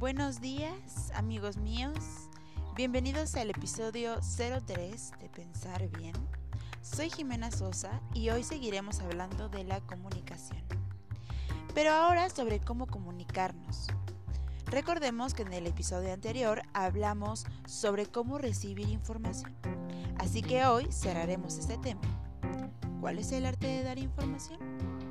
Buenos días, amigos míos. Bienvenidos al episodio 03 de Pensar Bien. Soy Jimena Sosa y hoy seguiremos hablando de la comunicación. Pero ahora sobre cómo comunicarnos. Recordemos que en el episodio anterior hablamos sobre cómo recibir información. Así que hoy cerraremos este tema. ¿Cuál es el arte de dar información?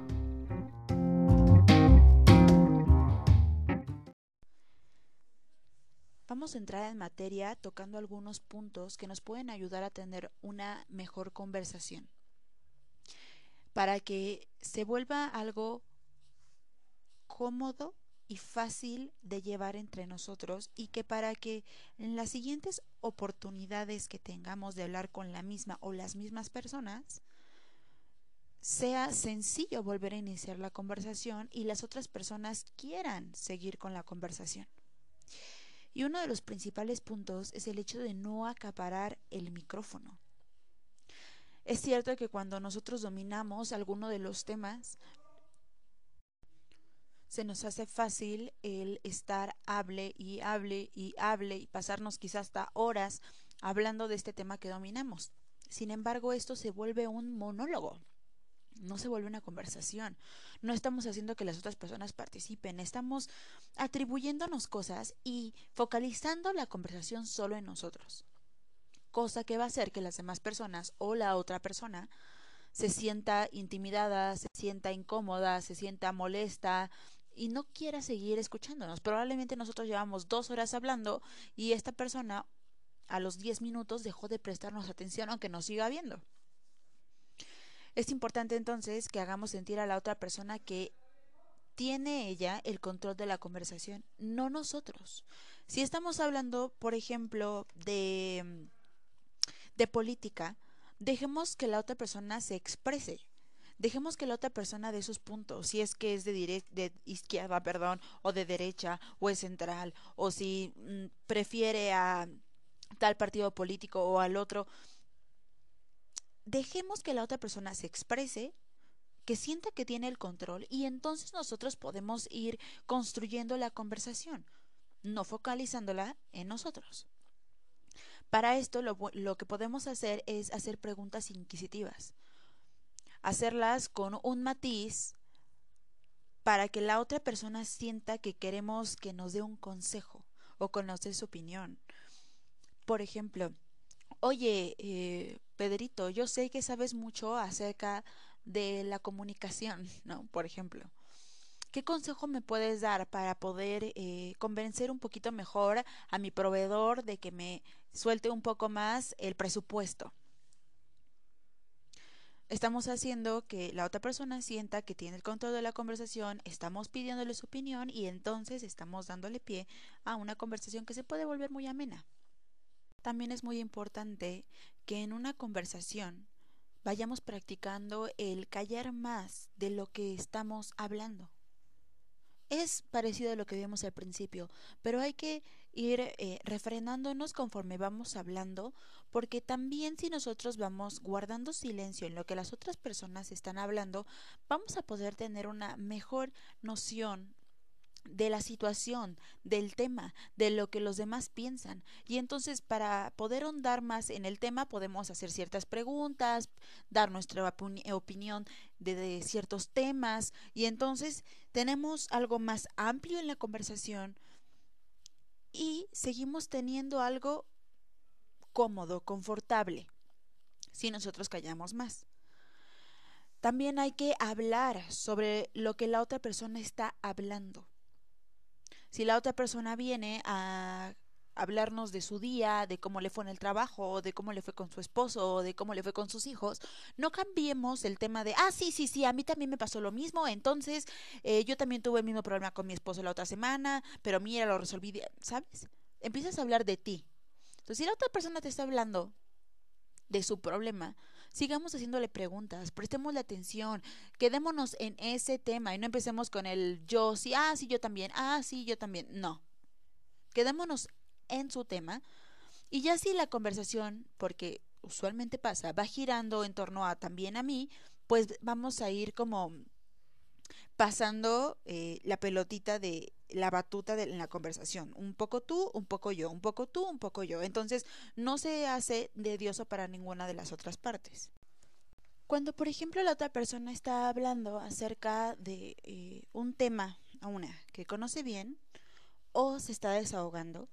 Vamos a entrar en materia tocando algunos puntos que nos pueden ayudar a tener una mejor conversación, para que se vuelva algo cómodo y fácil de llevar entre nosotros y que para que en las siguientes oportunidades que tengamos de hablar con la misma o las mismas personas, sea sencillo volver a iniciar la conversación y las otras personas quieran seguir con la conversación. Y uno de los principales puntos es el hecho de no acaparar el micrófono. Es cierto que cuando nosotros dominamos alguno de los temas, se nos hace fácil el estar hable y pasarnos quizás hasta horas hablando de este tema que dominamos. Sin embargo, esto se vuelve un monólogo. No se vuelve una conversación. No estamos haciendo que las otras personas participen. Estamos atribuyéndonos cosas y focalizando la conversación solo en nosotros. Cosa que va a hacer que las demás personas o la otra persona se sienta intimidada, se sienta incómoda, se sienta molesta y no quiera seguir escuchándonos. Probablemente nosotros llevamos 2 horas hablando y esta persona a los 10 minutos dejó de prestarnos atención aunque nos siga viendo. Es importante entonces que hagamos sentir a la otra persona que tiene ella el control de la conversación, no nosotros. Si estamos hablando, por ejemplo, de política, dejemos que la otra persona se exprese. Dejemos que la otra persona dé sus puntos, si es que es de izquierda, o de derecha, o es central, o si prefiere a tal partido político o al otro. Dejemos que la otra persona se exprese, que sienta que tiene el control y entonces nosotros podemos ir construyendo la conversación, no focalizándola en nosotros. Para esto lo que podemos hacer es hacer preguntas inquisitivas, hacerlas con un matiz para que la otra persona sienta que queremos que nos dé un consejo o que nos dé su opinión. Por ejemplo, oye, Pedrito, yo sé que sabes mucho acerca de la comunicación, ¿no? Por ejemplo, ¿qué consejo me puedes dar para poder convencer un poquito mejor a mi proveedor de que me suelte un poco más el presupuesto? Estamos haciendo que la otra persona sienta que tiene el control de la conversación, estamos pidiéndole su opinión y entonces estamos dándole pie a una conversación que se puede volver muy amena. También es muy importante que en una conversación vayamos practicando el callar más de lo que estamos hablando. Es parecido a lo que vimos al principio, pero hay que ir refrenándonos conforme vamos hablando, porque también si nosotros vamos guardando silencio en lo que las otras personas están hablando, vamos a poder tener una mejor noción de la situación, del tema, de lo que los demás piensan. Y entonces para poder ahondar más en el tema podemos hacer ciertas preguntas, dar nuestra opinión de ciertos temas y entonces tenemos algo más amplio en la conversación y seguimos teniendo algo cómodo, confortable, si nosotros callamos más. También hay que hablar sobre lo que la otra persona está hablando. Si la otra persona viene a hablarnos de su día, de cómo le fue en el trabajo, de cómo le fue con su esposo, de cómo le fue con sus hijos, no cambiemos el tema de, sí, a mí también me pasó lo mismo, entonces yo también tuve el mismo problema con mi esposo la otra semana, pero mira, lo resolví, ¿sabes? Empiezas a hablar de ti. Entonces, si la otra persona te está hablando de su problema, sigamos haciéndole preguntas, prestémosle atención, quedémonos en ese tema y no empecemos con el yo, sí, sí, yo también, sí, yo también. No, quedémonos en su tema y ya si la conversación, porque usualmente pasa, va girando en torno a también a mí, pues vamos a ir como pasando la pelotita de la batuta en la conversación. Un poco tú, un poco yo, un poco tú, un poco yo. Entonces no se hace tedioso para ninguna de las otras partes. Cuando, por ejemplo, la otra persona está hablando acerca de un tema a una que conoce bien o se está desahogando,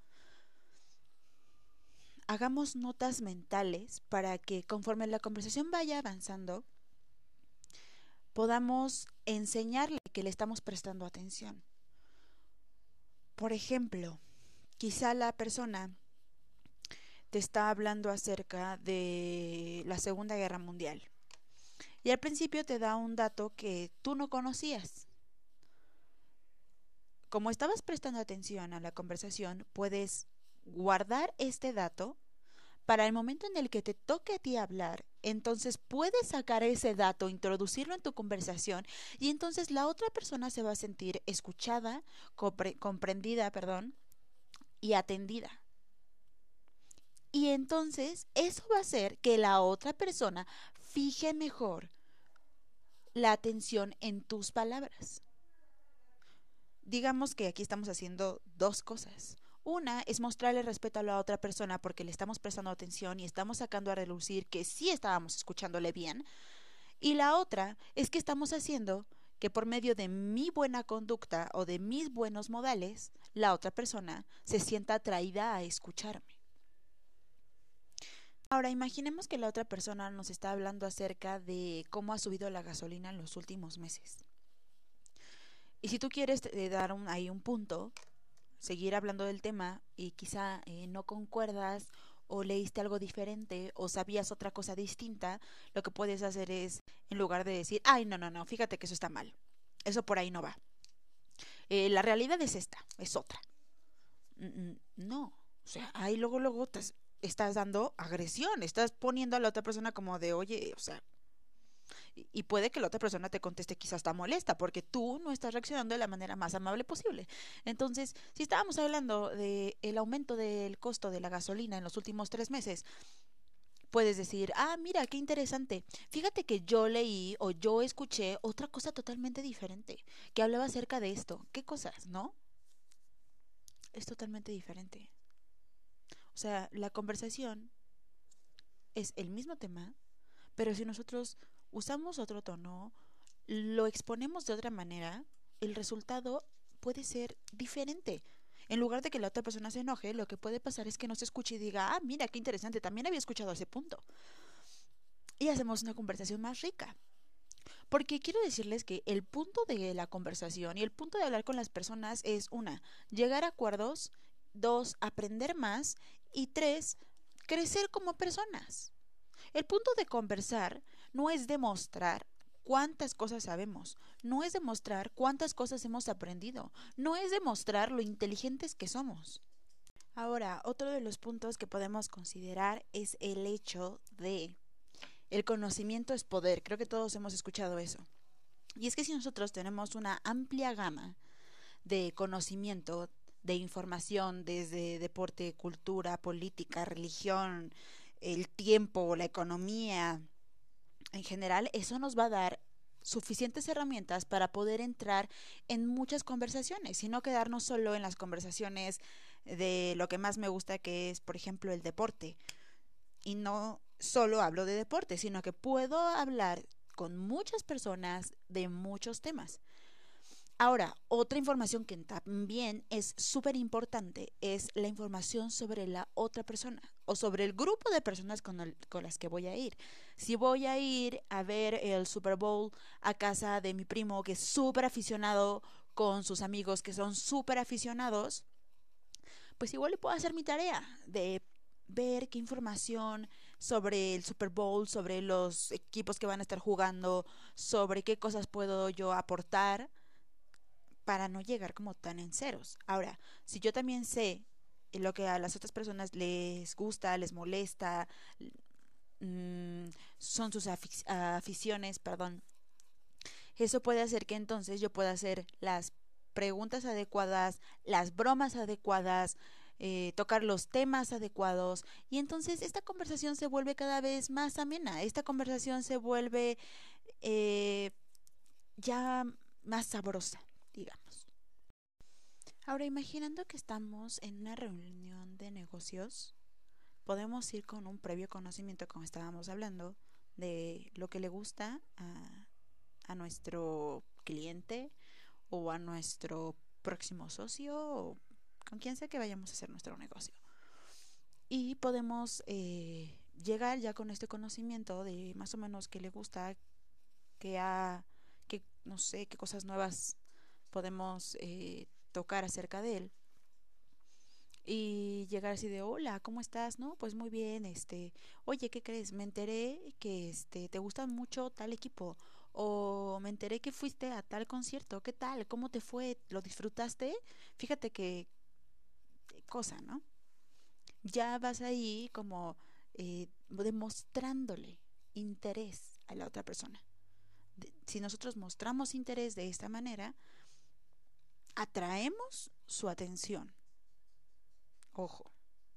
hagamos notas mentales para que conforme la conversación vaya avanzando, podamos enseñarle que le estamos prestando atención. Por ejemplo, quizá la persona te está hablando acerca de la Segunda Guerra Mundial y al principio te da un dato que tú no conocías. Como estabas prestando atención a la conversación, puedes guardar este dato para el momento en el que te toque a ti hablar. Entonces puedes sacar ese dato, introducirlo en tu conversación y entonces la otra persona se va a sentir escuchada, comprendida, perdón, y atendida. Y entonces eso va a hacer que la otra persona fije mejor la atención en tus palabras. Digamos que aquí estamos haciendo dos cosas. Una es mostrarle respeto a la otra persona porque le estamos prestando atención y estamos sacando a relucir que sí estábamos escuchándole bien. Y la otra es que estamos haciendo que por medio de mi buena conducta o de mis buenos modales, la otra persona se sienta atraída a escucharme. Ahora, imaginemos que la otra persona nos está hablando acerca de cómo ha subido la gasolina en los últimos meses. Y si tú quieres dar ahí un punto, seguir hablando del tema y quizá no concuerdas o leíste algo diferente o sabías otra cosa distinta, lo que puedes hacer es, en lugar de decir, ay, no, fíjate que eso está mal, eso por ahí no va. La realidad es esta, es otra. No, o sea, ahí luego estás dando agresión, estás poniendo a la otra persona como de, oye, o sea, y puede que la otra persona te conteste quizás está molesta porque tú no estás reaccionando de la manera más amable posible. Entonces, si estábamos hablando de el aumento del costo de la gasolina en los últimos 3 meses, puedes decir, ah, mira, qué interesante. Fíjate que yo leí o yo escuché otra cosa totalmente diferente, que hablaba acerca de esto. ¿Qué cosas, no? Es totalmente diferente. O sea, la conversación es el mismo tema, pero si nosotros usamos otro tono, lo exponemos de otra manera, el resultado puede ser diferente. En lugar de que la otra persona se enoje, lo que puede pasar es que nos escuche y diga, ah, mira, qué interesante, también había escuchado ese punto. Y hacemos una conversación más rica. Porque quiero decirles que el punto de la conversación y el punto de hablar con las personas es una, llegar a acuerdos, dos, aprender más y tres, crecer como personas. El punto de conversar no es demostrar cuántas cosas sabemos, no es demostrar cuántas cosas hemos aprendido, no es demostrar lo inteligentes que somos. Ahora, otro de los puntos que podemos considerar es el hecho de el conocimiento es poder. Creo que todos hemos escuchado eso. Y es que si nosotros tenemos una amplia gama de conocimiento, de información, desde deporte, cultura, política, religión, el tiempo, la economía, en general, eso nos va a dar suficientes herramientas para poder entrar en muchas conversaciones y no quedarnos solo en las conversaciones de lo que más me gusta, que es, por ejemplo, el deporte. Y no solo hablo de deporte, sino que puedo hablar con muchas personas de muchos temas. Ahora, otra información que también es súper importante es la información sobre la otra persona o sobre el grupo de personas con las que voy a ir. Si voy a ir a ver el Super Bowl a casa de mi primo que es súper aficionado con sus amigos que son súper aficionados, pues igual le puedo hacer mi tarea de ver qué información sobre el Super Bowl, sobre los equipos que van a estar jugando, sobre qué cosas puedo yo aportar para no llegar como tan en ceros. Ahora, si yo también sé lo que a las otras personas les gusta, les molesta, son sus aficiones, perdón, eso puede hacer que entonces yo pueda hacer las preguntas adecuadas, las bromas adecuadas, tocar los temas adecuados y entonces esta conversación se vuelve cada vez más amena, esta conversación se vuelve ya más sabrosa, digamos. Ahora, imaginando que estamos en una reunión de negocios, podemos ir con un previo conocimiento, como estábamos hablando, de lo que le gusta a nuestro cliente o a nuestro próximo socio o con quien sea que vayamos a hacer nuestro negocio. Y podemos llegar ya con este conocimiento de más o menos qué le gusta, que no sé, qué cosas nuevas podemos tocar acerca de él. Y llegar así de, hola, ¿cómo estás? No, pues muy bien, oye, ¿qué crees? Me enteré que te gusta mucho tal equipo, o me enteré que fuiste a tal concierto, ¿qué tal? ¿Cómo te fue? ¿Lo disfrutaste? Fíjate qué cosa, ¿no? Ya vas ahí como demostrándole interés a la otra persona. Si nosotros mostramos interés de esta manera, atraemos su atención. Ojo,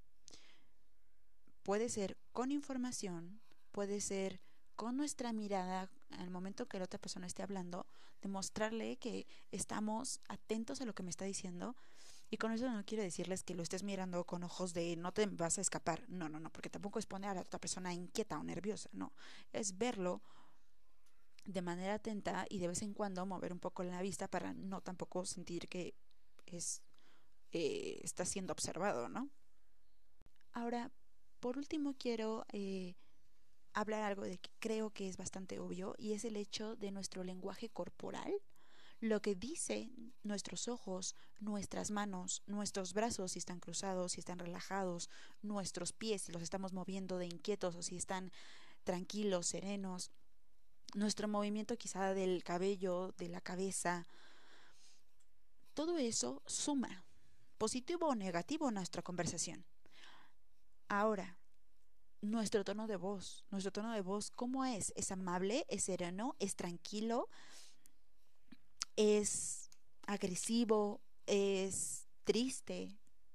puede ser con información, puede ser con nuestra mirada al momento que la otra persona esté hablando, demostrarle que estamos atentos a lo que me está diciendo. Y con eso no quiero decirles que lo estés mirando con ojos de no te vas a escapar. No, no, no, porque tampoco es poner a la otra persona inquieta o nerviosa, no. Es verlo de manera atenta y de vez en cuando mover un poco la vista para no tampoco sentir que es está siendo observado, ¿no? Ahora, por último, quiero hablar algo de que creo que es bastante obvio y es el hecho de nuestro lenguaje corporal, lo que dice nuestros ojos, nuestras manos, nuestros brazos si están cruzados, si están relajados, nuestros pies si los estamos moviendo de inquietos o si están tranquilos, serenos, nuestro movimiento quizá del cabello, de la cabeza, todo eso suma, positivo o negativo, a nuestra conversación. Ahora, nuestro tono de voz, ¿cómo es? ¿Es amable? ¿Es sereno? ¿Es tranquilo? ¿Es agresivo? ¿Es triste?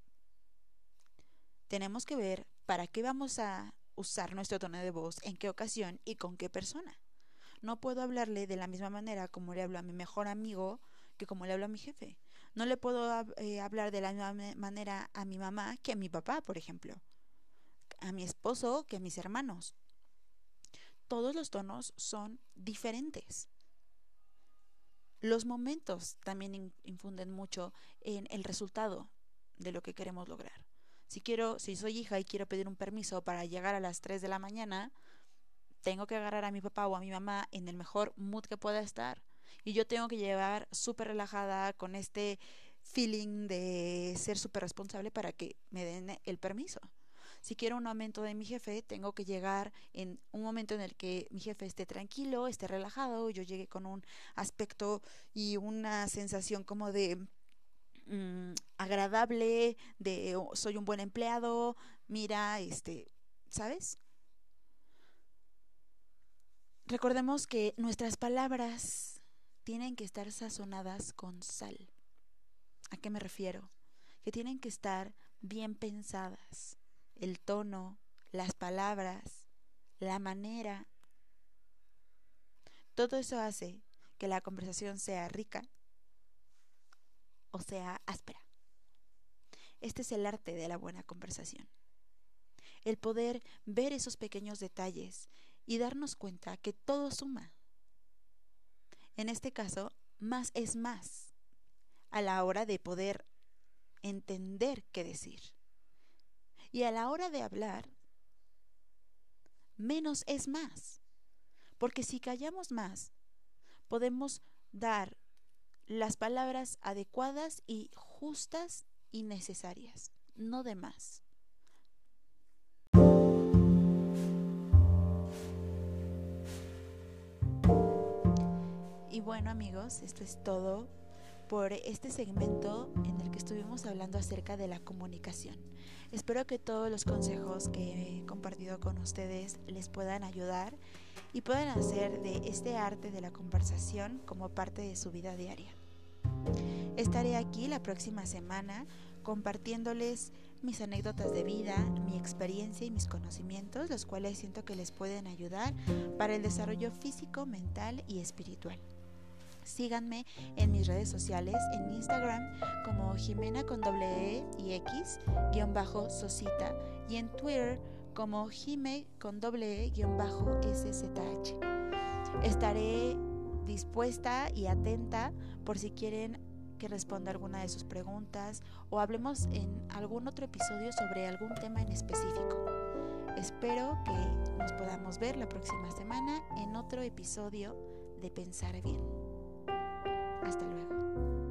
Tenemos que ver para qué vamos a usar nuestro tono de voz, en qué ocasión y con qué persona. No puedo hablarle de la misma manera como le hablo a mi mejor amigo que como le hablo a mi jefe. No le puedo hablar de la misma manera a mi mamá que a mi papá, por ejemplo, a mi esposo que a mis hermanos. Todos los tonos son diferentes. Los momentos también infunden mucho en el resultado de lo que queremos lograr. Si soy hija y quiero pedir un permiso para llegar a las 3 de la mañana, tengo que agarrar a mi papá o a mi mamá en el mejor mood que pueda estar. Y yo tengo que llevar súper relajada con este feeling de ser súper responsable para que me den el permiso. Si quiero un aumento de mi jefe, tengo que llegar en un momento en el que mi jefe esté tranquilo, esté relajado, yo llegue con un aspecto y una sensación como de agradable, de soy un buen empleado, mira, ¿sabes? Recordemos que nuestras palabras tienen que estar sazonadas con sal. ¿A qué me refiero? Que tienen que estar bien pensadas. El tono, las palabras, la manera, todo eso hace que la conversación sea rica o sea áspera. Este es el arte de la buena conversación. El poder ver esos pequeños detalles y darnos cuenta que todo suma. En este caso, más es más a la hora de poder entender qué decir. Y a la hora de hablar, menos es más. Porque si callamos más, podemos dar las palabras adecuadas y justas y necesarias, no de más. Y bueno, amigos, esto es todo por este segmento en el que estuvimos hablando acerca de la comunicación. Espero que todos los consejos que he compartido con ustedes les puedan ayudar y puedan hacer de este arte de la conversación como parte de su vida diaria. Estaré aquí la próxima semana compartiéndoles mis anécdotas de vida, mi experiencia y mis conocimientos, los cuales siento que les pueden ayudar para el desarrollo físico, mental y espiritual. Síganme en mis redes sociales, en Instagram como Jimena con doble E y X, _Sosita, y en Twitter como Jime con doble E _SZH. Estaré dispuesta y atenta por si quieren que responda alguna de sus preguntas o hablemos en algún otro episodio sobre algún tema en específico. Espero que nos podamos ver la próxima semana en otro episodio de Pensar Bien. Hasta luego.